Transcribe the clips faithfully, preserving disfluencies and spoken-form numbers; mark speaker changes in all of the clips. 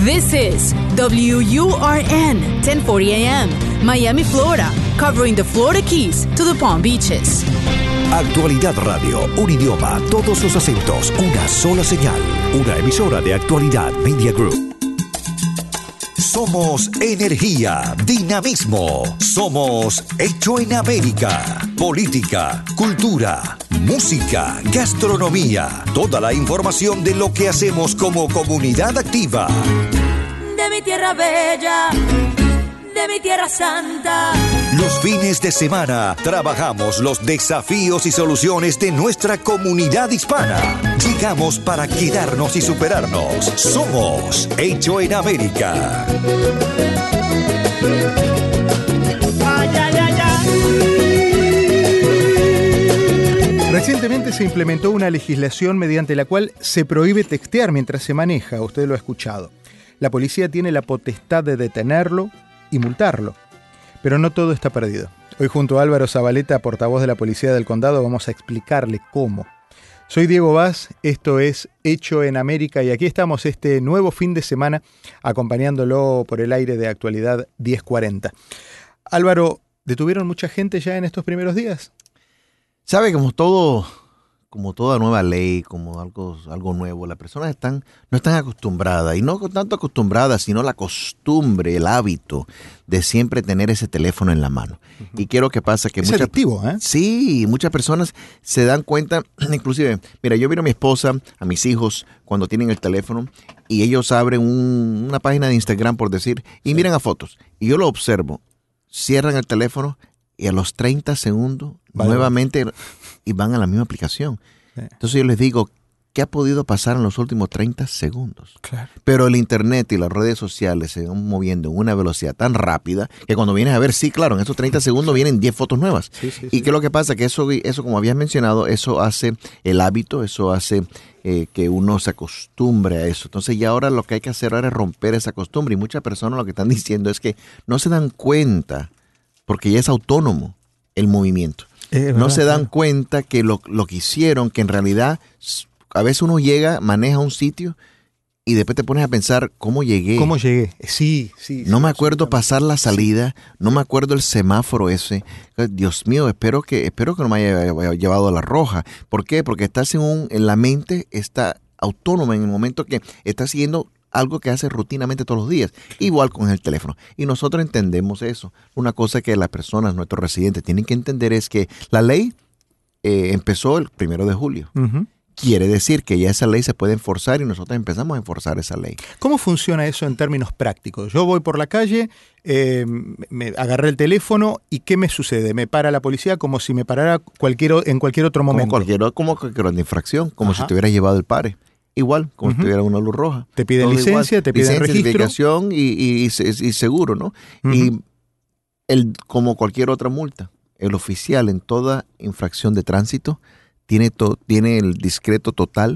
Speaker 1: This is W U R N ten forty A M, Miami, Florida, covering the Florida Keys to the Palm Beaches.
Speaker 2: Actualidad Radio, un idioma, todos los acentos, una sola señal. Una emisora de Actualidad Media Group. Somos energía, dinamismo. Somos Hecho en América. Política, cultura, música, gastronomía. Toda la información de lo que hacemos como comunidad activa.
Speaker 3: De mi tierra bella, de mi tierra santa.
Speaker 2: Los fines de semana trabajamos los desafíos y soluciones de nuestra comunidad hispana. Llegamos para quedarnos y superarnos. Somos Hecho en América.
Speaker 4: Ay, ay, ay, ay. Recientemente se implementó una legislación mediante la cual se prohíbe textear mientras se maneja. Usted lo ha escuchado. La policía tiene la potestad de detenerlo y multarlo. Pero no todo está perdido. Hoy junto a Álvaro Zabaleta, portavoz de la Policía del Condado, vamos a explicarle cómo. Soy Diego Vaz, esto es Hecho en América y aquí estamos este nuevo fin de semana acompañándolo por el aire de Actualidad diez cuarenta. Álvaro, ¿detuvieron mucha gente ya en estos primeros días?
Speaker 5: Sabe, como todo, como toda nueva ley, como algo, algo nuevo, las personas están, no están acostumbradas, y no tanto acostumbradas, sino la costumbre, el hábito de siempre tener ese teléfono en la mano. Uh-huh. Y quiero que pasa que
Speaker 4: es
Speaker 5: muchas,
Speaker 4: adictivo, ¿eh?
Speaker 5: Sí, muchas personas se dan cuenta, inclusive, mira, yo miro a mi esposa, a mis hijos, cuando tienen el teléfono, y ellos abren un, una página de Instagram, por decir, y sí. miran a fotos, y yo lo observo, cierran el teléfono, y a los treinta segundos, vale. nuevamente, y van a la misma aplicación. Sí. Entonces yo les digo, ¿qué ha podido pasar en los últimos treinta segundos? Claro. Pero el internet y las redes sociales se van moviendo en una velocidad tan rápida que cuando vienes a ver, sí, claro, en esos treinta segundos vienen diez fotos nuevas. Sí, sí, ¿Y sí. qué es lo que pasa? Que eso, eso, como habías mencionado, eso hace el hábito, eso hace eh, que uno se acostumbre a eso. Entonces ya ahora lo que hay que hacer ahora es romper esa costumbre. Y muchas personas lo que están diciendo es que no se dan cuenta, porque ya es autónomo el movimiento. Eh, no se dan cuenta que lo, lo que hicieron, que en realidad a veces uno llega, maneja un sitio y después te pones a pensar, ¿cómo llegué?
Speaker 4: ¿Cómo llegué? Sí, sí.
Speaker 5: No
Speaker 4: sí,
Speaker 5: me acuerdo pasar la salida, no me acuerdo el semáforo ese. Dios mío, espero que espero que no me haya llevado a la roja. ¿Por qué? Porque estás en, un, en la mente, está autónoma en el momento que estás siguiendo algo que hace rutinamente todos los días, igual con el teléfono. Y nosotros entendemos eso. Una cosa que las personas, nuestros residentes, tienen que entender es que la ley eh, empezó el primero de julio. Uh-huh. Quiere decir que ya esa ley se puede enforzar y nosotros empezamos a enforzar esa ley.
Speaker 4: ¿Cómo funciona eso en términos prácticos? Yo voy por la calle, eh, me agarré el teléfono y ¿qué me sucede? ¿Me para la policía como si me parara cualquier, en cualquier otro momento?
Speaker 5: Como cualquier, como cualquier otra infracción, como Ajá. si te hubieras llevado el pare. Igual, como uh-huh. si tuviera una luz roja.
Speaker 4: Te piden Todo licencia, igual. te piden
Speaker 5: licencia,
Speaker 4: registro.
Speaker 5: Identificación y, y, y, y seguro, ¿no? Uh-huh. Y el, como cualquier otra multa, el oficial en toda infracción de tránsito tiene, to, tiene el discreto total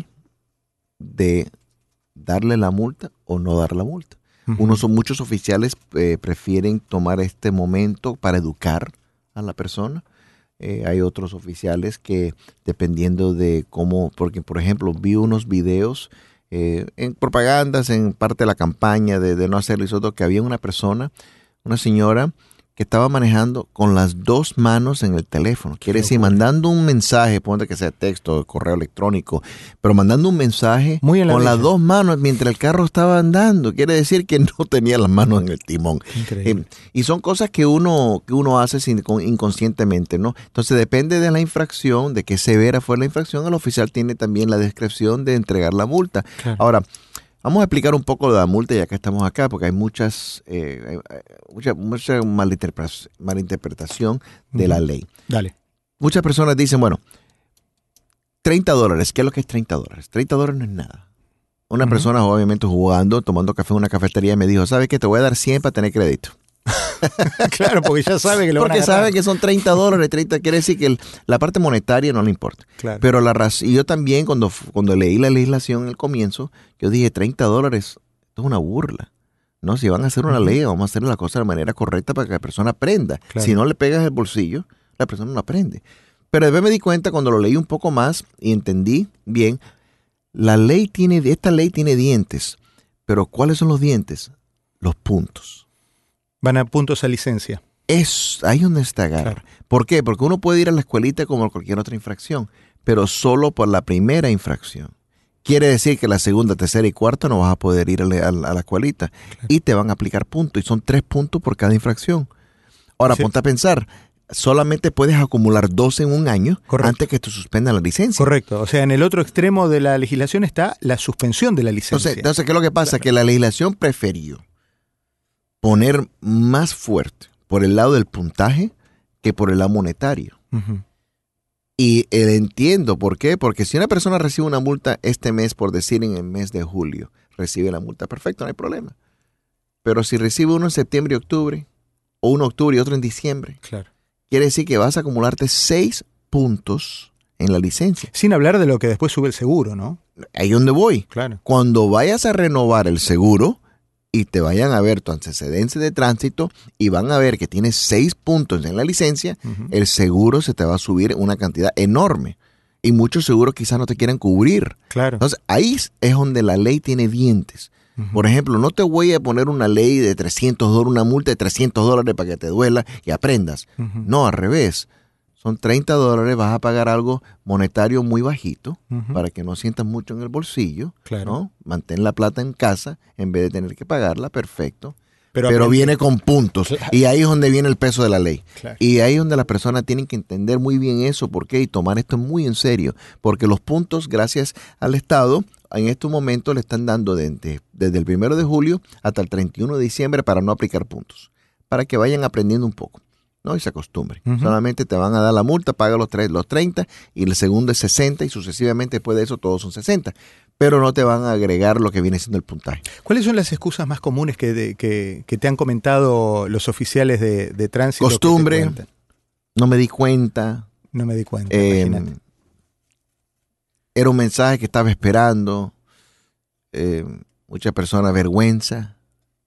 Speaker 5: de darle la multa o no dar la multa. Uh-huh. Uno, son, muchos oficiales eh, prefieren tomar este momento para educar a la persona. Eh, hay otros oficiales que dependiendo de cómo, porque por ejemplo vi unos videos eh, en propagandas, en parte de la campaña de, de no hacerlo y todo, que había una persona, una señora que estaba manejando con las dos manos en el teléfono. Quiere decir, mandando un mensaje, ponte que sea texto, correo electrónico, pero mandando un mensaje con la las dos manos mientras el carro estaba andando. Quiere decir que no tenía las manos en el timón. Eh, y son cosas que uno, que uno hace sin, inconscientemente, ¿no? Entonces depende de la infracción, de qué severa fue la infracción, el oficial tiene también la discreción de entregar la multa. Claro. Ahora, vamos a explicar un poco de la multa ya que estamos acá, porque hay muchas, eh, hay mucha, mucha malinterpretación, malinterpretación de uh-huh. la ley.
Speaker 4: Dale.
Speaker 5: Muchas personas dicen, bueno, treinta dólares, ¿qué es lo que es treinta dólares? treinta dólares no es nada. Una uh-huh. persona obviamente jugando, tomando café en una cafetería me dijo, ¿sabes qué? Te voy a dar cien para tener crédito.
Speaker 4: Claro, porque ya sabe que lo van a
Speaker 5: Porque
Speaker 4: agarrar.
Speaker 5: sabe que son treinta dólares, treinta quiere decir que el, la parte monetaria no le importa. Claro. Pero la raz- y yo también cuando, cuando leí la legislación en el comienzo, yo dije treinta dólares, esto es una burla. No, si van a hacer una uh-huh. ley, vamos a hacer la cosa de manera correcta para que la persona aprenda. Claro. Si no le pegas el bolsillo, la persona no aprende. Pero después me di cuenta cuando lo leí un poco más y entendí bien, la ley tiene, esta ley tiene dientes. Pero ¿cuáles son los dientes? Los puntos.
Speaker 4: Van a puntos a licencia.
Speaker 5: Es ahí donde está agarra.
Speaker 4: Claro.
Speaker 5: ¿Por qué? Porque uno puede ir a la escuelita como cualquier otra infracción, pero solo por la primera infracción. Quiere decir que la segunda, tercera y cuarta no vas a poder ir a la, a la escuelita. Claro. Y te van a aplicar puntos. Y son tres puntos por cada infracción. Ahora, sí. Ponte a pensar, solamente puedes acumular dos en un año. Correcto. Antes que te suspendan la licencia.
Speaker 4: Correcto. O sea, en el otro extremo de la legislación está la suspensión de la licencia.
Speaker 5: Entonces, entonces ¿qué es lo que pasa? Claro. Que la legislación prefirió poner más fuerte por el lado del puntaje que por el lado monetario. Uh-huh. Y eh, entiendo por qué, porque si una persona recibe una multa este mes, por decir en el mes de julio, recibe la multa, perfecto, no hay problema. Pero si recibe uno en septiembre y octubre, o uno en octubre y otro en diciembre, claro. Quiere decir que vas a acumularte seis puntos en la licencia.
Speaker 4: Sin hablar de lo que después sube el seguro, ¿no?
Speaker 5: Ahí es donde voy.
Speaker 4: Claro.
Speaker 5: Cuando vayas a renovar el seguro y te vayan a ver tu antecedente de tránsito y van a ver que tienes seis puntos en la licencia, uh-huh. El seguro se te va a subir una cantidad enorme. Y muchos seguros quizás no te quieran cubrir.
Speaker 4: Claro.
Speaker 5: Entonces, ahí es donde la ley tiene dientes. Uh-huh. Por ejemplo, no te voy a poner una ley de trescientos dólares, una multa de trescientos dólares para que te duela y aprendas. Uh-huh. No, al revés. Son treinta dólares, vas a pagar algo monetario muy bajito uh-huh. para que no sientas mucho en el bolsillo. Claro. ¿No? Mantén la plata en casa en vez de tener que pagarla, perfecto. Pero, Pero viene con puntos. Claro. Y ahí es donde viene el peso de la ley. Claro. Y ahí es donde las personas tienen que entender muy bien eso. ¿Por qué? Y tomar esto muy en serio. Porque los puntos, gracias al Estado, en estos momentos le están dando desde, desde el primero de julio hasta el treinta y uno de diciembre para no aplicar puntos. Para que vayan aprendiendo un poco. ¿No? Y se acostumbren. Uh-huh. Solamente te van a dar la multa, paga los, tres, los treinta y el segundo es sesenta y sucesivamente después de eso todos son sesenta. Pero no te van a agregar lo que viene siendo el puntaje.
Speaker 4: ¿Cuáles son las excusas más comunes que, de, que, que te han comentado los oficiales de, de tránsito?
Speaker 5: Costumbre, no me di cuenta.
Speaker 4: No me di cuenta,
Speaker 5: eh, imagínate. Era un mensaje que estaba esperando. Eh, muchas personas, vergüenza.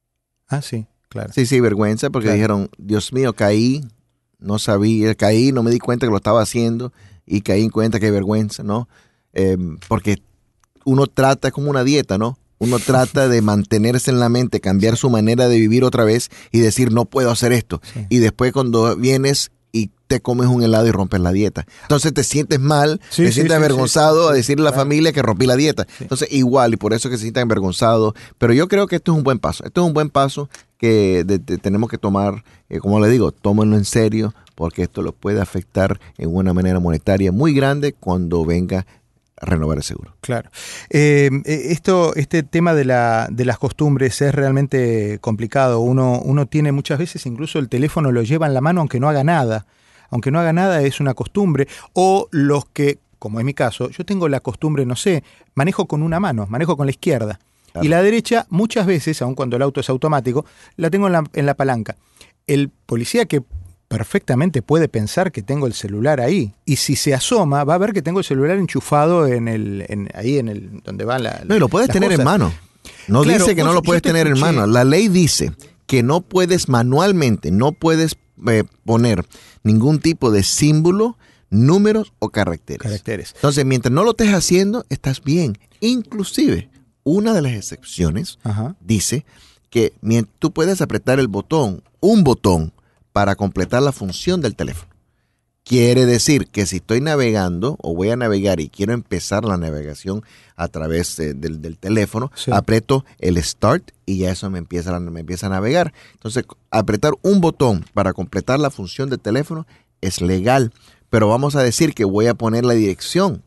Speaker 4: Ah, sí. Claro.
Speaker 5: Sí, sí, vergüenza, porque claro. Dijeron, Dios mío, caí, no sabía, caí, no me di cuenta que lo estaba haciendo y caí en cuenta que hay vergüenza, ¿no? Eh, porque uno trata como una dieta, ¿no? Uno trata de mantenerse en la mente, cambiar sí. su manera de vivir otra vez y decir, no puedo hacer esto. Sí. Y después cuando vienes y te comes un helado y rompes la dieta. Entonces te sientes mal, sí, te sí, sientes sí, avergonzado sí, a decirle a la claro. familia que rompí la dieta. Sí. Entonces igual, y por eso que se sientan avergonzados. Pero yo creo que esto es un buen paso. Esto es un buen paso que de, de, tenemos que tomar, eh, como le digo, tómenlo en serio, porque esto lo puede afectar en una manera monetaria muy grande cuando venga a renovar el seguro.
Speaker 4: Claro. Eh, esto, este tema de, la, de las costumbres es realmente complicado. Uno, uno tiene muchas veces, incluso el teléfono lo lleva en la mano aunque no haga nada. Aunque no haga nada es una costumbre. O los que, como es mi caso, yo tengo la costumbre, no sé, manejo con una mano, manejo con la izquierda. Claro. Y la derecha, muchas veces, aun cuando el auto es automático, la tengo en la, en la palanca. El policía que perfectamente puede pensar que tengo el celular ahí, y si se asoma, va a ver que tengo el celular enchufado en el, en, ahí en el donde va la.
Speaker 5: No, y lo puedes tener cosas. en mano. No claro, dice que no lo puedes tener escuché. en mano. La ley dice que no puedes manualmente, no puedes eh, poner ningún tipo de símbolo, números o caracteres.
Speaker 4: Caracteres.
Speaker 5: Entonces, mientras no lo estés haciendo, estás bien. Inclusive, una de las excepciones Ajá. dice que tú puedes apretar el botón, un botón, para completar la función del teléfono. Quiere decir que si estoy navegando o voy a navegar y quiero empezar la navegación a través de, del, del teléfono, sí. aprieto el Start y ya eso me empieza, me empieza a navegar. Entonces, apretar un botón para completar la función del teléfono es legal, pero vamos a decir que voy a poner la dirección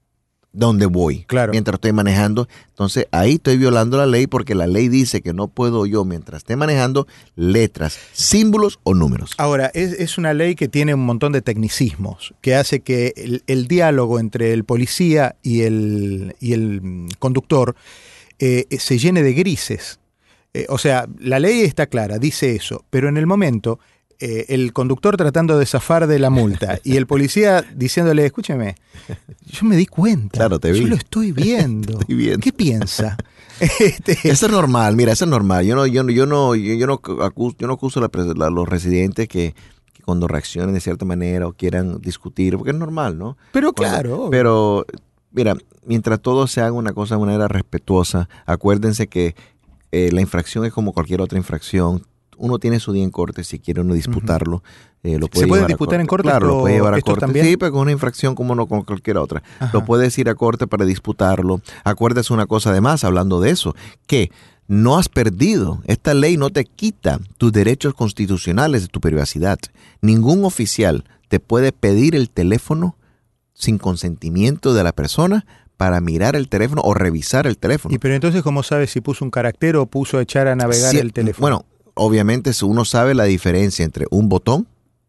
Speaker 5: donde voy
Speaker 4: claro.
Speaker 5: mientras estoy manejando. Entonces ahí estoy violando la ley, porque la ley dice que no puedo yo, mientras esté manejando, letras, símbolos o números.
Speaker 4: Ahora, es, es una ley que tiene un montón de tecnicismos, que hace que el, el diálogo entre el policía y el, y el conductor eh, se llene de grises. Eh, o sea, la ley está clara, dice eso, pero en el momento eh, el conductor tratando de zafar de la multa y el policía diciéndole, escúcheme, yo me di cuenta,
Speaker 5: claro, te vi.
Speaker 4: Yo lo estoy viendo.
Speaker 5: Estoy viendo.
Speaker 4: ¿Qué piensa? Este...
Speaker 5: Eso es normal, mira, eso es normal. Yo no, yo no, yo no, yo, yo no acuso, yo no acuso a, la, a los residentes que, que cuando reaccionen de cierta manera o quieran discutir, porque es normal, ¿no?
Speaker 4: Pero
Speaker 5: cuando,
Speaker 4: claro.
Speaker 5: Pero, mira, mientras todos se hagan una cosa de manera respetuosa, acuérdense que eh, la infracción es como cualquier otra infracción. Uno tiene su día en corte si quiere uno disputarlo. Uh-huh. eh, lo puede
Speaker 4: ¿Se puede
Speaker 5: llevar
Speaker 4: disputar
Speaker 5: a corte.
Speaker 4: en corte?
Speaker 5: Claro,
Speaker 4: esto,
Speaker 5: lo puede llevar a corte.
Speaker 4: También?
Speaker 5: Sí, pero con una infracción como no con cualquier otra.
Speaker 4: Ajá.
Speaker 5: Lo puedes ir a corte para disputarlo. Acuérdese una cosa además, hablando de eso, que no has perdido. Esta ley no te quita tus derechos constitucionales de tu privacidad. Ningún oficial te puede pedir el teléfono sin consentimiento de la persona para mirar el teléfono o revisar el teléfono.
Speaker 4: ¿Y pero entonces cómo sabes si puso un carácter o puso a echar a navegar
Speaker 5: sí,
Speaker 4: el teléfono?
Speaker 5: Bueno, obviamente uno sabe la diferencia entre un botón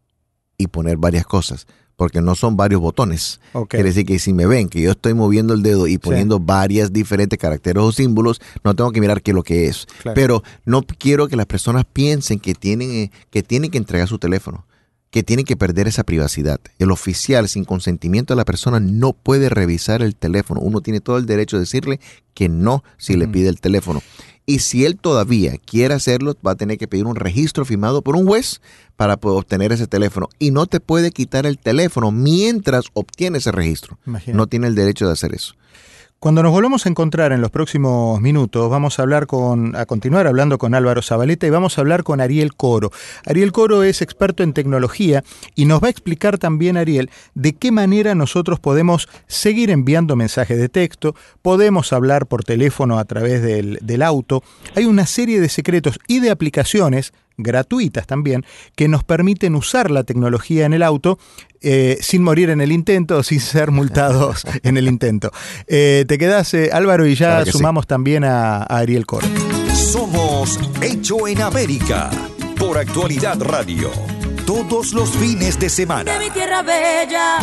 Speaker 5: y poner varias cosas, porque no son varios botones. Okay. Quiere decir que si me ven que yo estoy moviendo el dedo y poniendo sí. varias diferentes caracteres o símbolos, no tengo que mirar qué es lo que es. Claro. Pero no quiero que las personas piensen que tienen, que tienen que entregar su teléfono, que tienen que perder esa privacidad. El oficial, sin consentimiento de la persona, no puede revisar el teléfono. Uno tiene todo el derecho de decirle que no si uh-huh. le pide el teléfono. Y si él todavía quiere hacerlo, va a tener que pedir un registro firmado por un juez para poder obtener ese teléfono. Y no te puede quitar el teléfono mientras obtiene ese registro. Imagínate. No tiene el derecho de hacer eso.
Speaker 4: Cuando nos volvamos a encontrar en los próximos minutos, vamos a hablar con, a continuar hablando con Álvaro Zabaleta y vamos a hablar con Ariel Coro. Ariel Coro es experto en tecnología y nos va a explicar también, Ariel, de qué manera nosotros podemos seguir enviando mensajes de texto, podemos hablar por teléfono a través del, del auto. Hay una serie de secretos y de aplicaciones gratuitas también, que nos permiten usar la tecnología en el auto eh, sin morir en el intento, sin ser multados en el intento. Eh, te quedas, eh, Álvaro, y ya claro sumamos sí. también a, a Ariel Coro.
Speaker 2: Somos Hecho en América, por Actualidad Radio, todos los fines de semana.
Speaker 3: De mi tierra bella,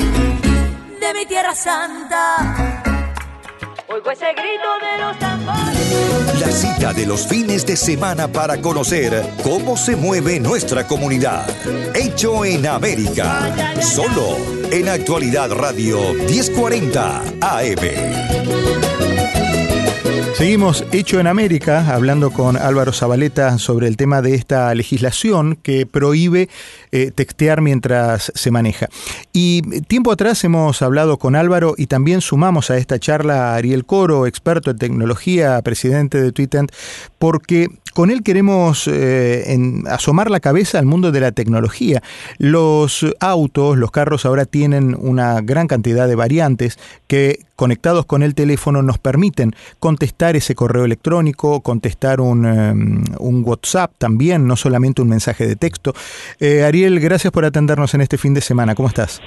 Speaker 3: de mi tierra santa, oigo ese grito de los tambores.
Speaker 2: La cita de los fines de semana para conocer cómo se mueve nuestra comunidad. Hecho en América. Solo en Actualidad Radio diez cuarenta A M.
Speaker 4: Seguimos Hecho en América, hablando con Álvaro Zabaleta sobre el tema de esta legislación que prohíbe eh, textear mientras se maneja. Y tiempo atrás hemos hablado con Álvaro y también sumamos a esta charla a Ariel Coro, experto en tecnología, presidente de Tweetent, porque con él queremos eh, en, asomar la cabeza al mundo de la tecnología. Los autos, los carros ahora tienen una gran cantidad de variantes que, conectados con el teléfono, nos permiten contestar ese correo electrónico, contestar un, um, un WhatsApp también, no solamente un mensaje de texto. Eh, Ariel, gracias por atendernos en este fin de semana. ¿Cómo estás?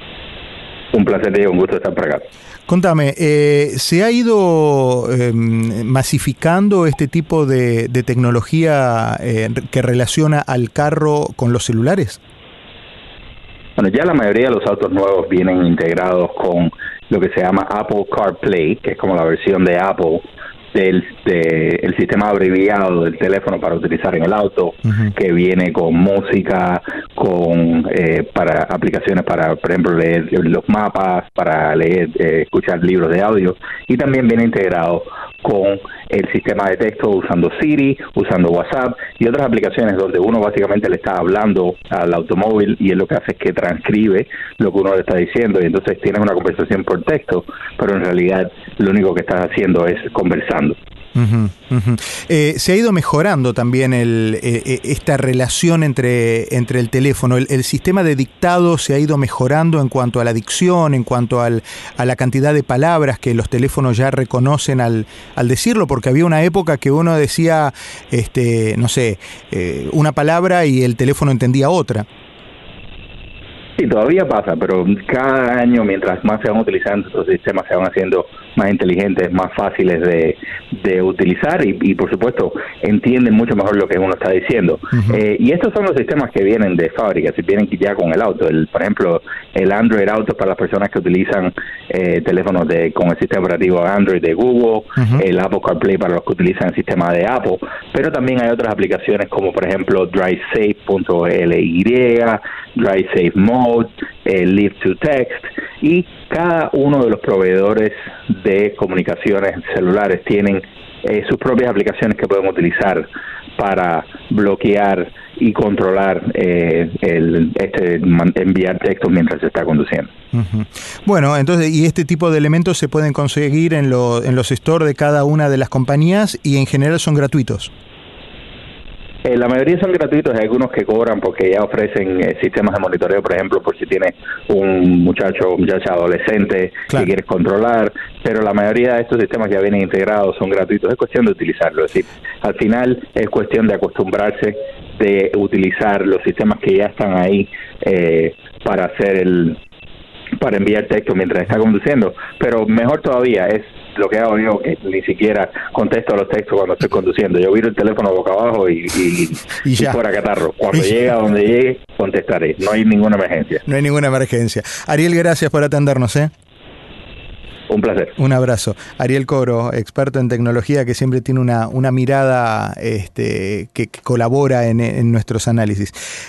Speaker 6: Un placer, Diego, un gusto estar por acá.
Speaker 4: Contame, eh, ¿se ha ido eh, masificando este tipo de, de tecnología eh, que relaciona al carro con los celulares?
Speaker 6: Bueno, ya la mayoría de los autos nuevos vienen integrados con lo que se llama Apple CarPlay, que es como la versión de Apple del de, el sistema abreviado del teléfono para utilizar en el auto, uh-huh. que viene con música, con eh, para aplicaciones para, por ejemplo, leer los mapas, para leer, eh, escuchar libros de audio, y también viene integrado con el sistema de texto usando Siri, usando WhatsApp y otras aplicaciones donde uno básicamente le está hablando al automóvil y él lo que hace es que transcribe lo que uno le está diciendo, y entonces tienes una conversación por texto, pero en realidad lo único que estás haciendo es conversando.
Speaker 4: Uh-huh, uh-huh. Eh, se ha ido mejorando también el, eh, esta relación entre, entre el teléfono. El, el sistema de dictado se ha ido mejorando en cuanto a la dicción, en cuanto al, a la cantidad de palabras que los teléfonos ya reconocen al, al decirlo, porque había una época que uno decía, este, no sé, eh, una palabra y el teléfono entendía otra.
Speaker 6: Sí, todavía pasa, pero cada año, mientras más se van utilizando, estos sistemas se van haciendo más inteligentes, más fáciles de, de utilizar y, y, por supuesto, entienden mucho mejor lo que uno está diciendo. Uh-huh. Eh, y estos son los sistemas que vienen de fábrica, si vienen ya con el auto. El, por ejemplo, el Android Auto para las personas que utilizan eh, teléfonos de con el sistema operativo Android de Google, uh-huh. el Apple CarPlay para los que utilizan el sistema de Apple, pero también hay otras aplicaciones como, por ejemplo, DriveSafe punto L Y, DriveSafe Mode, eh, Live to Text, y cada uno de los proveedores de comunicaciones celulares tienen eh, sus propias aplicaciones que pueden utilizar para bloquear y controlar eh, el, este enviar textos mientras se está conduciendo.
Speaker 4: Uh-huh. Bueno, entonces, y este tipo de elementos se pueden conseguir en, lo, en los stores de cada una de las compañías y en general son gratuitos.
Speaker 6: Eh, la mayoría son gratuitos, hay algunos que cobran porque ya ofrecen eh, sistemas de monitoreo, por ejemplo, por si tienes un muchacho o muchacha adolescente claro. que quieres controlar, pero la mayoría de estos sistemas ya vienen integrados, son gratuitos, es cuestión de utilizarlo. Es decir, al final es cuestión de acostumbrarse, de utilizar los sistemas que ya están ahí eh, para hacer el para enviar texto mientras está conduciendo, pero mejor todavía es lo que hago yo, que ni siquiera contesto los textos cuando estoy conduciendo. Yo viro el teléfono boca abajo y, y, y, y fuera catarro. Cuando llegue a donde llegue, contestaré. No hay ninguna emergencia.
Speaker 4: No hay ninguna emergencia. Ariel, gracias por atendernos, ¿eh?
Speaker 6: Un placer.
Speaker 4: Un abrazo. Ariel Coro, experto en tecnología que siempre tiene una, una mirada este, que, que colabora en, en nuestros análisis.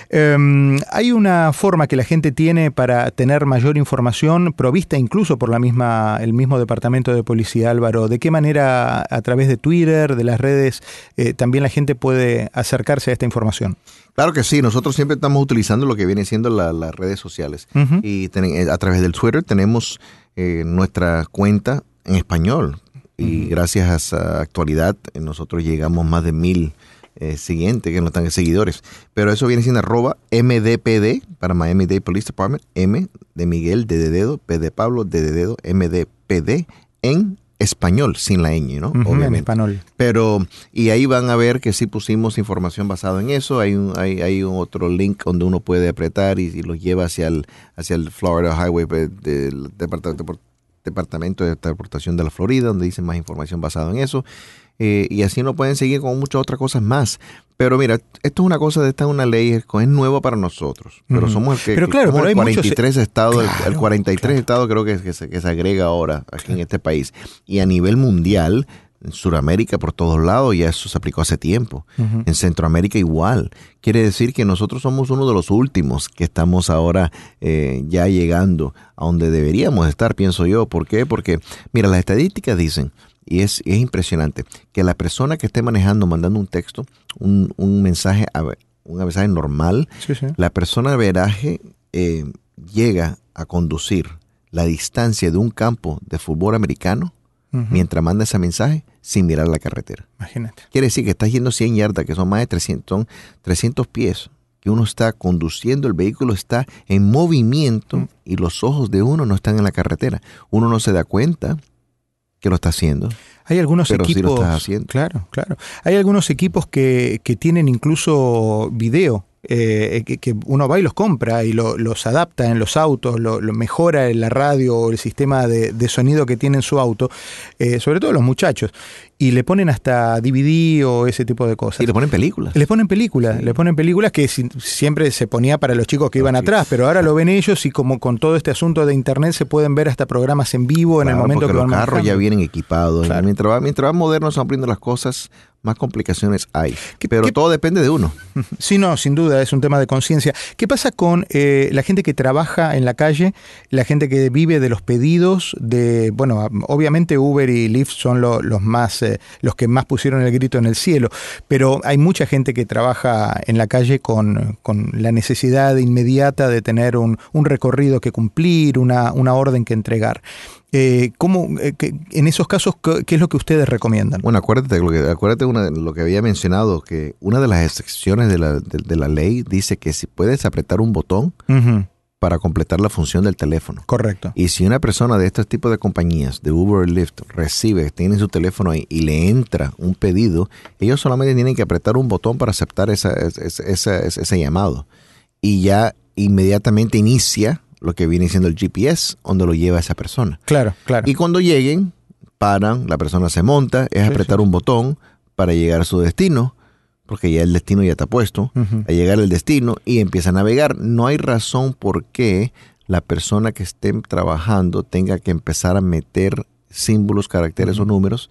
Speaker 4: Um, hay una forma que la gente tiene para tener mayor información provista incluso por la misma, el mismo departamento de policía, Álvaro. ¿De qué manera a través de Twitter, de las redes, eh, también la gente puede acercarse a esta información?
Speaker 5: Claro que sí, nosotros siempre estamos utilizando lo que viene siendo la, las redes sociales. Uh-huh. Y ten, a través del Twitter tenemos eh, nuestra cuenta en español. Y uh-huh. gracias a esa actualidad nosotros llegamos más de mil eh, siguientes, que no están seguidores. Pero eso viene siendo arroba M D P D para Miami-Dade Police Department, M de Miguel, D de dedo, P de Pablo, D de dedo, M D P D en español, sin la ñ, ¿no?
Speaker 4: Uh-huh, obviamente. En español.
Speaker 5: Pero, y ahí van a ver que sí pusimos información basada en eso. Hay un, hay, hay un otro link donde uno puede apretar y, y los lleva hacia el, hacia el Florida Highway del Departamento, Departamento de Transportación de la Florida, donde dicen más información basada en eso. Eh, y así no pueden seguir con muchas otras cosas más. Pero mira, esto es una cosa, esta es una ley, es nueva para nosotros. Pero uh-huh. somos el que
Speaker 4: pero claro,
Speaker 5: somos
Speaker 4: pero
Speaker 5: el cuarenta y tres
Speaker 4: muchos...
Speaker 5: estados,
Speaker 4: claro,
Speaker 5: el, el cuarenta y tres
Speaker 4: claro.
Speaker 5: estados creo que, que, se, que se agrega ahora aquí claro. en este país. Y a nivel mundial, en Sudamérica, por todos lados, ya eso se aplicó hace tiempo. Uh-huh. En Centroamérica igual. Quiere decir que nosotros somos uno de los últimos que estamos ahora eh, ya llegando a donde deberíamos estar, pienso yo. ¿Por qué? Porque, mira, las estadísticas dicen, y es, es impresionante, que la persona que esté manejando, mandando un texto, un, un mensaje un mensaje normal,
Speaker 4: sí, sí.
Speaker 5: la persona veraje eh, llega a conducir la distancia de un campo de fútbol americano uh-huh. mientras manda ese mensaje sin mirar la carretera.
Speaker 4: Imagínate.
Speaker 5: Quiere decir que está yendo cien yardas, que son más de trescientos, son trescientos pies, que uno está conduciendo, el vehículo está en movimiento uh-huh. y los ojos de uno no están en la carretera. Uno no se da cuenta que lo está haciendo.
Speaker 4: Hay algunos
Speaker 5: pero
Speaker 4: equipos,
Speaker 5: sí lo estás haciendo.
Speaker 4: Claro, claro. Hay algunos equipos que, que tienen incluso video, eh, que, que uno va y los compra y lo, los adapta en los autos, lo, lo mejora en la radio o el sistema de, de sonido que tiene en su auto, eh, sobre todo los muchachos, y le ponen hasta D V D o ese tipo de cosas.
Speaker 5: Y le ponen películas.
Speaker 4: Le ponen películas, sí. le ponen películas que si, siempre se ponía para los chicos que los iban chicos. atrás, pero ahora lo ven ellos y como con todo este asunto de internet se pueden ver hasta programas en vivo claro, en el momento que van manejando.
Speaker 5: Los carros ya vienen equipados. Claro. Mientras va, mientras va moderno se van abriendo las cosas, más complicaciones hay. ¿Qué, pero qué, todo depende de uno.
Speaker 4: Sí, no, sin duda, es un tema de conciencia. ¿Qué pasa con eh, la gente que trabaja en la calle, la gente que vive de los pedidos de, bueno, obviamente Uber y Lyft son lo, los más, eh, los que más pusieron el grito en el cielo, pero hay mucha gente que trabaja en la calle con, con la necesidad inmediata de tener un, un recorrido que cumplir, una, una orden que entregar. Eh, ¿cómo, eh, que, en esos casos, ¿qué, ¿qué es lo que ustedes recomiendan?
Speaker 5: Bueno, acuérdate, lo que, acuérdate una, lo que había mencionado, que una de las excepciones de la, de, de la ley dice que si puedes apretar un botón uh-huh. para completar la función del teléfono.
Speaker 4: Correcto.
Speaker 5: Y si una persona de estos tipos de compañías, de Uber o Lyft, recibe, tiene su teléfono ahí y le entra un pedido, ellos solamente tienen que apretar un botón para aceptar esa, esa, esa, esa, ese llamado. Y ya inmediatamente inicia lo que viene siendo el G P S, donde lo lleva esa persona.
Speaker 4: Claro, claro.
Speaker 5: Y cuando lleguen, paran, la persona se monta, es sí, apretar sí. un botón para llegar a su destino, porque ya el destino ya está puesto, uh-huh. a llegar al destino y empieza a navegar. No hay razón por qué la persona que esté trabajando tenga que empezar a meter símbolos, caracteres uh-huh. o números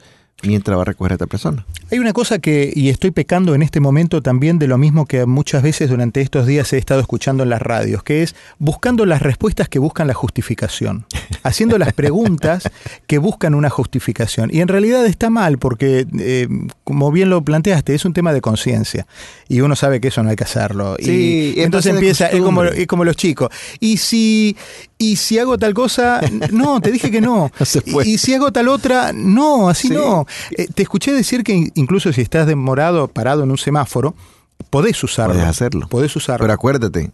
Speaker 5: mientras va a recoger a esta persona.
Speaker 4: Hay una cosa que, y estoy pecando en este momento también de lo mismo que muchas veces durante estos días he estado escuchando en las radios, que es buscando las respuestas que buscan la justificación, haciendo las preguntas que buscan una justificación. Y en realidad está mal porque, eh, como bien lo planteaste, es un tema de conciencia y uno sabe que eso no hay que hacerlo.
Speaker 5: Sí,
Speaker 4: y entonces empieza, es como, es como los chicos. Y si, y si hago tal cosa, no, te dije que no. no y, y si hago tal otra, no, así sí. no. Eh, te escuché decir que incluso si estás demorado, parado en un semáforo, podés usarlo.
Speaker 5: Podés hacerlo.
Speaker 4: Podés usarlo.
Speaker 5: Pero acuérdate,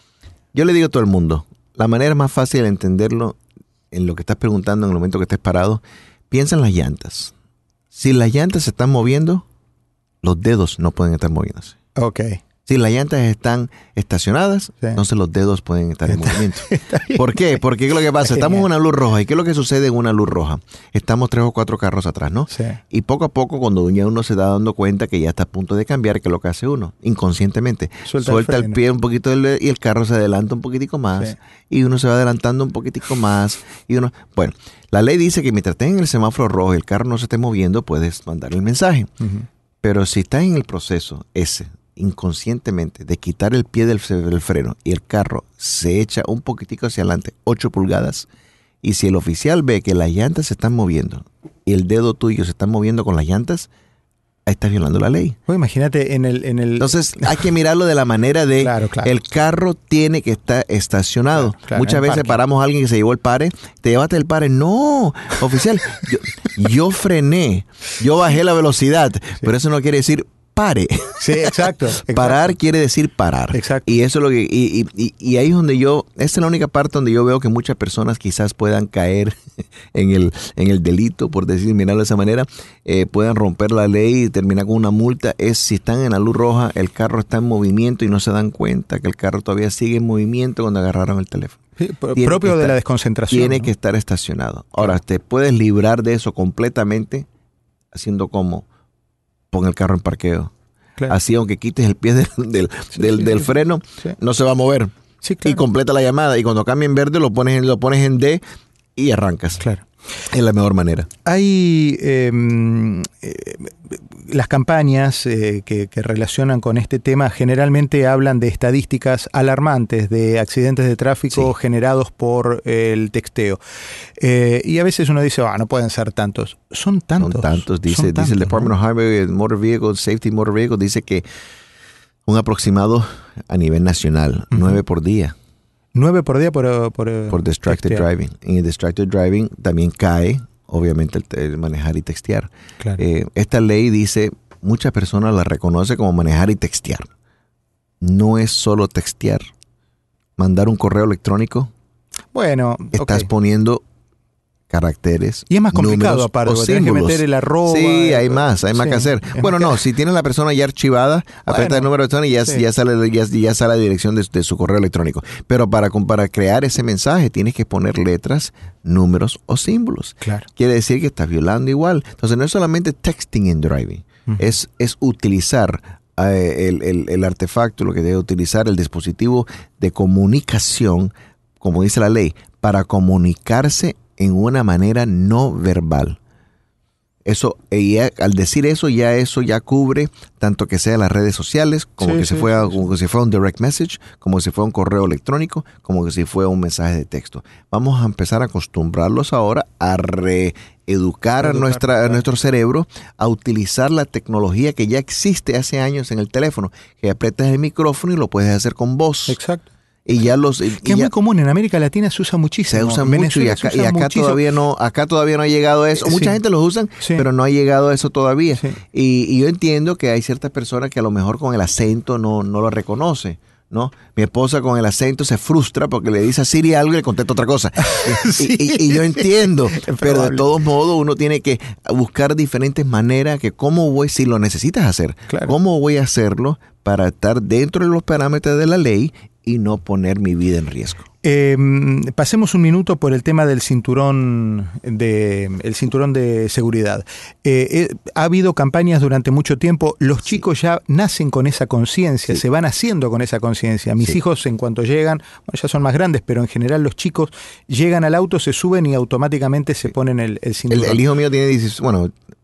Speaker 5: yo le digo a todo el mundo, la manera más fácil de entenderlo en lo que estás preguntando en el momento que estés parado, piensa en las llantas. Si las llantas se están moviendo, los dedos no pueden estar moviéndose.
Speaker 4: Ok.
Speaker 5: Si las llantas están estacionadas, sí. entonces los dedos pueden estar en movimiento. ¿Por qué? Porque ¿qué es lo que pasa? Estamos en una luz roja. ¿Y qué es lo que sucede en una luz roja? Estamos tres o cuatro carros atrás, ¿no?
Speaker 4: Sí.
Speaker 5: Y poco a poco, cuando ya uno se está dando cuenta que ya está a punto de cambiar, ¿qué es lo que hace uno? Inconscientemente. Suelta, Suelta el, el pie un poquito del, y el carro se adelanta un poquitico más. Sí. Y uno se va adelantando un poquitico más. Y uno, bueno, la ley dice que mientras estés en el semáforo rojo y el carro no se esté moviendo, puedes mandar el mensaje. Uh-huh. Pero si estás en el proceso ese, inconscientemente, de quitar el pie del, del freno y el carro se echa un poquitico hacia adelante, ocho pulgadas, y si el oficial ve que las llantas se están moviendo y el dedo tuyo se está moviendo con las llantas, ahí estás violando la ley.
Speaker 4: Pues imagínate en el, en el...
Speaker 5: Entonces hay que mirarlo de la manera de
Speaker 4: claro, claro.
Speaker 5: el carro tiene que estar estacionado. Claro, claro, muchas veces parking. Paramos a alguien que se llevó el pare, te llevaste el pare. No, oficial, yo, yo frené, yo bajé la velocidad, sí. pero eso no quiere decir pare.
Speaker 4: Sí, exacto, exacto.
Speaker 5: Parar quiere decir parar.
Speaker 4: Exacto.
Speaker 5: Y eso es lo que y, y, y ahí es donde yo, esta es la única parte donde yo veo que muchas personas quizás puedan caer en el en el delito, por decir, mirarlo de esa manera, eh, puedan romper la ley y terminar con una multa, es si están en la luz roja, el carro está en movimiento y no se dan cuenta que el carro todavía sigue en movimiento cuando agarraron el teléfono.
Speaker 4: Sí, propio de estar, la desconcentración.
Speaker 5: Tiene
Speaker 4: ¿no?
Speaker 5: que estar estacionado. Ahora, te puedes librar de eso completamente haciendo como pon el carro en parqueo. Claro. Así, aunque quites el pie del, del, sí, del, sí, del sí, freno, sí. no se va a mover.
Speaker 4: Sí, claro.
Speaker 5: Y completa la llamada. Y cuando cambie en verde, lo pones en, lo pones en D y arrancas.
Speaker 4: Claro.
Speaker 5: Es la mejor manera.
Speaker 4: Hay eh, eh, las campañas eh, que, que relacionan con este tema generalmente hablan de estadísticas alarmantes de accidentes de tráfico sí. generados por eh, el texteo. Eh, y a veces uno dice, ah, no pueden ser tantos. Son tantos.
Speaker 5: Son tantos. Dice,
Speaker 4: Son
Speaker 5: dice
Speaker 4: tantos,
Speaker 5: el Department
Speaker 4: ¿no?
Speaker 5: of Highway Motor Vehicles, Safety Motor Vehicles, dice que un aproximado a nivel nacional, uh-huh. nueve por día.
Speaker 4: Nueve por día por... Por,
Speaker 5: por distracted textear. driving. Y el distracted driving también cae, obviamente, el, el manejar y textear.
Speaker 4: Claro.
Speaker 5: Eh, esta ley dice, muchas personas la reconocen como manejar y textear. No es solo textear. Mandar un correo electrónico.
Speaker 4: Bueno,
Speaker 5: Estás okay. poniendo caracteres,
Speaker 4: y es más complicado aparte, tienes que meter el arroba.
Speaker 5: Sí, hay más, hay más sí, que hacer. Bueno, no, si tienes la persona ya archivada, bueno, aprieta el número de teléfono y ya, sí. ya, sale, ya, ya sale la dirección de, de su correo electrónico. Pero para, para crear ese mensaje tienes que poner letras, números o símbolos.
Speaker 4: Claro.
Speaker 5: Quiere decir que estás violando igual. Entonces no es solamente texting and driving, uh-huh. es, es utilizar eh, el, el, el artefacto, lo que debe utilizar el dispositivo de comunicación, como dice la ley, para comunicarse en una manera no verbal. Eso, ya, al decir eso, ya eso ya cubre tanto que sea las redes sociales, como, sí, que, sí, se fuera, sí, como que si fuera un direct message, como si fuera un correo electrónico, como que si fuera un mensaje de texto. Vamos a empezar a acostumbrarlos ahora a reeducar a, nuestra, a nuestro cerebro a utilizar la tecnología que ya existe hace años en el teléfono, que aprietas el micrófono y lo puedes hacer con voz.
Speaker 4: Exacto.
Speaker 5: Y ya los, y
Speaker 4: que es
Speaker 5: ya,
Speaker 4: muy común, en América Latina se usa muchísimo.
Speaker 5: Se usa mucho y acá, y acá muchísimo. todavía no, acá todavía no ha llegado a eso. Sí. Mucha gente los usan, sí. pero no ha llegado a eso todavía. Sí. Y, y yo entiendo que hay ciertas personas que a lo mejor con el acento no, no lo reconoce, ¿no? Mi esposa con el acento se frustra porque le dice a Siri algo y le contesta otra cosa. sí. y, y, y yo entiendo, pero de todos modos uno tiene que buscar diferentes maneras que cómo voy, si lo necesitas hacer,
Speaker 4: claro.
Speaker 5: cómo voy a hacerlo para estar dentro de los parámetros de la ley y no poner mi vida en riesgo.
Speaker 4: Eh, pasemos un minuto por el tema del cinturón de, el cinturón de seguridad. Eh, eh, ha habido campañas durante mucho tiempo. Los sí. chicos ya nacen con esa conciencia, sí. se van haciendo con esa conciencia. Mis sí. hijos, en cuanto llegan, bueno, ya son más grandes, pero en general los chicos llegan al auto, se suben y automáticamente se ponen el, el cinturón.
Speaker 5: El, el hijo mío tiene dieciséis, bueno,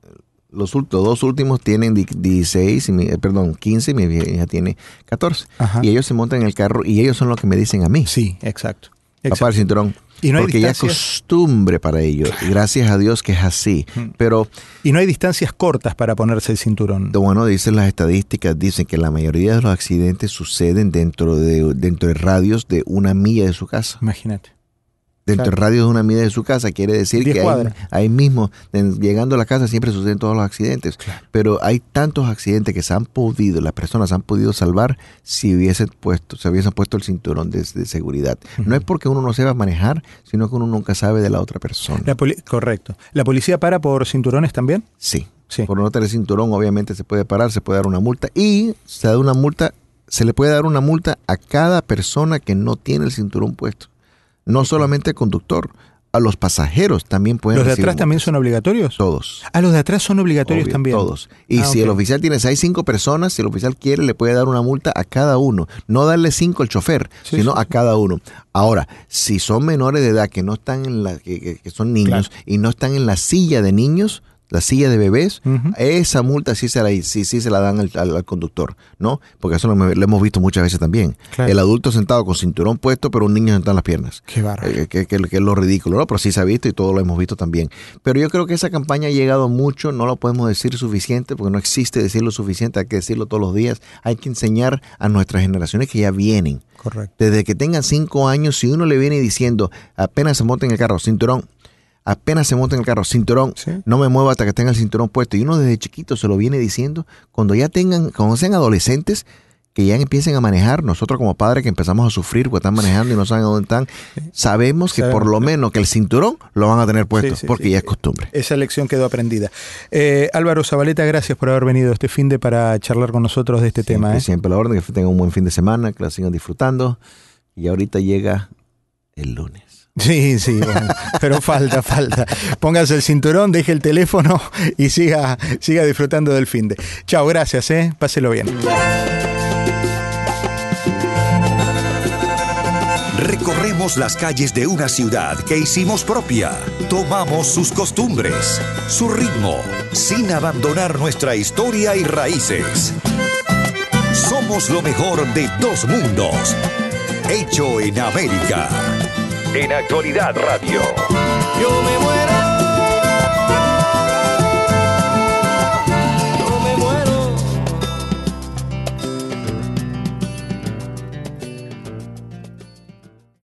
Speaker 5: Los, los dos últimos tienen dieciséis, y mi, eh, perdón, quince, y mi hija tiene catorce. Ajá. Y ellos se montan en el carro y ellos son los que me dicen a mí.
Speaker 4: Sí, exacto. exacto.
Speaker 5: Papá, el cinturón.
Speaker 4: Y no hay
Speaker 5: porque distancias... ya es costumbre para ellos. Y gracias a Dios que es así. Pero
Speaker 4: y no hay distancias cortas para ponerse el cinturón.
Speaker 5: Bueno, dicen las estadísticas, dicen que la mayoría de los accidentes suceden dentro de, dentro de radios de una milla de su casa.
Speaker 4: Imagínate.
Speaker 5: Dentro claro. del radio de una milla de su casa, quiere decir que ahí, ahí mismo, en, llegando a la casa, siempre suceden todos los accidentes. Claro. Pero hay tantos accidentes que se han podido, las personas han podido salvar si hubiesen puesto, se hubiesen puesto el cinturón de, de seguridad. Uh-huh. No es porque uno no sepa manejar, sino que uno nunca sabe de la otra persona.
Speaker 4: La poli- correcto. ¿La policía para por cinturones también?
Speaker 5: Sí. sí. Por no tener cinturón, obviamente se puede parar, se puede dar una multa y se da una multa, se le puede dar una multa a cada persona que no tiene el cinturón puesto. No solamente el conductor, a los pasajeros también pueden.
Speaker 4: ¿Los de atrás
Speaker 5: multas.
Speaker 4: También son obligatorios?
Speaker 5: Todos.
Speaker 4: Ah, los de atrás son obligatorios
Speaker 5: Obvio,
Speaker 4: también.
Speaker 5: Todos. Y
Speaker 4: ah,
Speaker 5: si
Speaker 4: okay.
Speaker 5: el oficial tiene, si hay cinco personas, si el oficial quiere, le puede dar una multa a cada uno. No darle cinco al chofer, sí, sino sí, a sí. cada uno. Ahora, si son menores de edad que no están en la, que, que, que son niños claro. y no están en la silla de niños, la silla de bebés, uh-huh. esa multa sí se la, sí, sí se la dan al, al, al conductor, ¿no? Porque eso lo, lo hemos visto muchas veces también. Claro. El adulto sentado con cinturón puesto, pero un niño sentado en las piernas.
Speaker 4: Qué bárbaro.
Speaker 5: Eh, que, que, que es lo ridículo, ¿no? Pero sí se ha visto y todo lo hemos visto también. Pero yo creo que esa campaña ha llegado mucho, no lo podemos decir suficiente, porque no existe decirlo suficiente, hay que decirlo todos los días. Hay que enseñar a nuestras generaciones que ya vienen.
Speaker 4: Correcto.
Speaker 5: Desde que tengan cinco años, si uno le viene diciendo, apenas se monta en el carro, cinturón, apenas se monta en el carro, cinturón, sí. no me mueva hasta que tenga el cinturón puesto. Y uno desde chiquito se lo viene diciendo, cuando ya tengan, cuando sean adolescentes, que ya empiecen a manejar, nosotros como padres que empezamos a sufrir porque están manejando y no saben dónde están, sabemos que sabemos. por lo menos que el cinturón lo van a tener puesto, sí, sí, porque sí. ya es costumbre.
Speaker 4: Esa lección quedó aprendida. Eh, Álvaro Zabaleta, gracias por haber venido este fin de para charlar con nosotros de este
Speaker 5: siempre,
Speaker 4: tema. ¿eh?
Speaker 5: Siempre la orden, que tengan un buen fin de semana, que la sigan disfrutando. Y ahorita llega el lunes.
Speaker 4: Sí, sí, bueno, pero falta, falta. Póngase el cinturón, deje el teléfono y siga, siga disfrutando del finde. Chao, gracias, ¿eh? Páselo bien.
Speaker 2: Recorremos las calles de una ciudad que hicimos propia. Tomamos sus costumbres, su ritmo, sin abandonar nuestra historia y raíces. Somos lo mejor de dos mundos. Hecho en América. En Actualidad Radio.
Speaker 3: Yo me muero